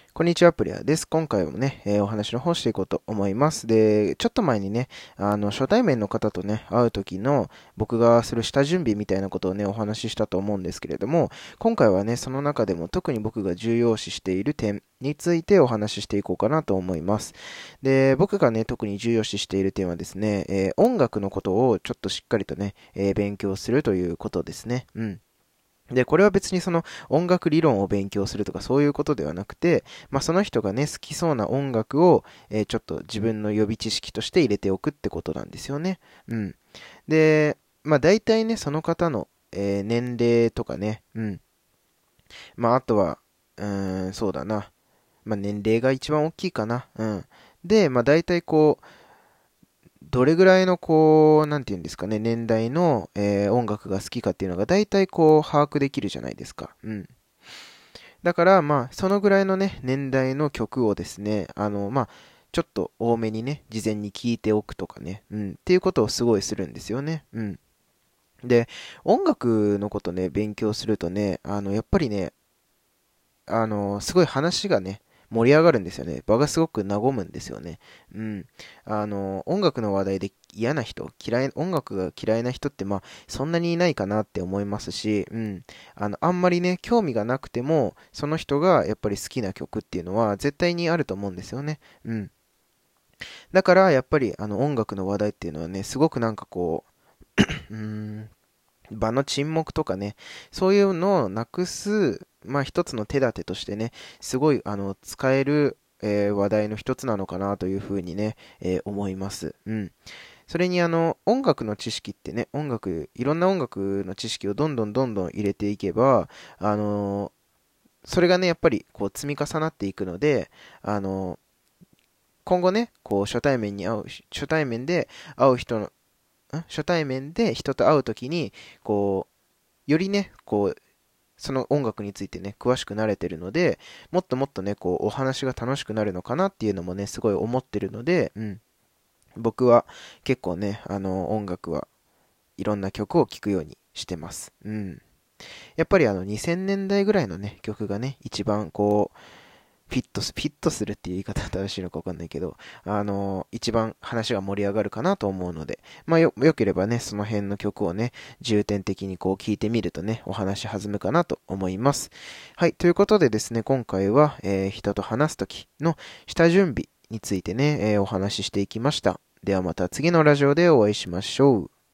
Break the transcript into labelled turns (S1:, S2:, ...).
S1: こんにちは、プレイヤーです。今回もね、お話の方していこうと思います。で、ちょっと前にね、初対面の方とね、会う時の僕がする下準備みたいなことをね、お話ししたと思うんですけれども、今回はね、その中でも特に僕が重要視している点についてお話ししていこうかなと思います。で、僕がね、特に重要視している点はですね、音楽のことをちょっとしっかりとね、勉強するということですね。うん。で、これは別にその音楽理論を勉強するとかそういうことではなくて、まあその人がね、好きそうな音楽を、ちょっと自分の予備知識として入れておくってことなんですよね。うん。で、まあ大体ね、その方の、年齢とかね、うん。まああとは、そうだな。まあ年齢が一番大きいかな。うん。で、まあ大体こう、どれぐらいのこう、なんていうんですかね、年代の、音楽が好きかっていうのが大体こう、把握できるじゃないですか。うん。だから、まあ、そのぐらいのね、年代の曲をですね、まあ、ちょっと多めにね、事前に聞いておくとかね、うん、っていうことをすごいするんですよね。うん。で、音楽のことね、勉強するとね、やっぱりね、すごい話がね、盛り上がるんですよね。場がすごく和むんですよね。うん。音楽の話題で嫌な人、音楽が嫌いな人って、まあ、そんなにいないかなって思いますし、うん。あんまりね、興味がなくても、その人がやっぱり好きな曲っていうのは絶対にあると思うんですよね。うん。だから、やっぱり、音楽の話題っていうのはね、すごくなんかこう、場の沈黙とかね、そういうのをなくす、まあ一つの手立てとしてね、すごい、使える、話題の一つなのかなというふうにね、思います。うん。それに音楽の知識ってね、いろんな音楽の知識をどんどんどんどん入れていけば、それがね、やっぱりこう積み重なっていくので、あの今後ね、こう初対面で会う人の、初対面で人と会うときに、こよりね、こう、その音楽についてね、詳しくなれてるので、もっともっとね、こう、お話が楽しくなるのかなっていうのもね、すごい思ってるので、うん。僕は結構ね、音楽はいろんな曲を聴くようにしてます。うん。やっぱり2000年代ぐらいのね、曲がね、一番こう、フィットするっていう言い方は正しいのかわかんないけど、一番話が盛り上がるかなと思うので、まあよければね、その辺の曲をね、重点的にこう聞いてみるとね、お話弾むかなと思います。はい、ということでですね、今回は、人と話すときの下準備についてね、お話ししていきました。ではまた次のラジオでお会いしましょう。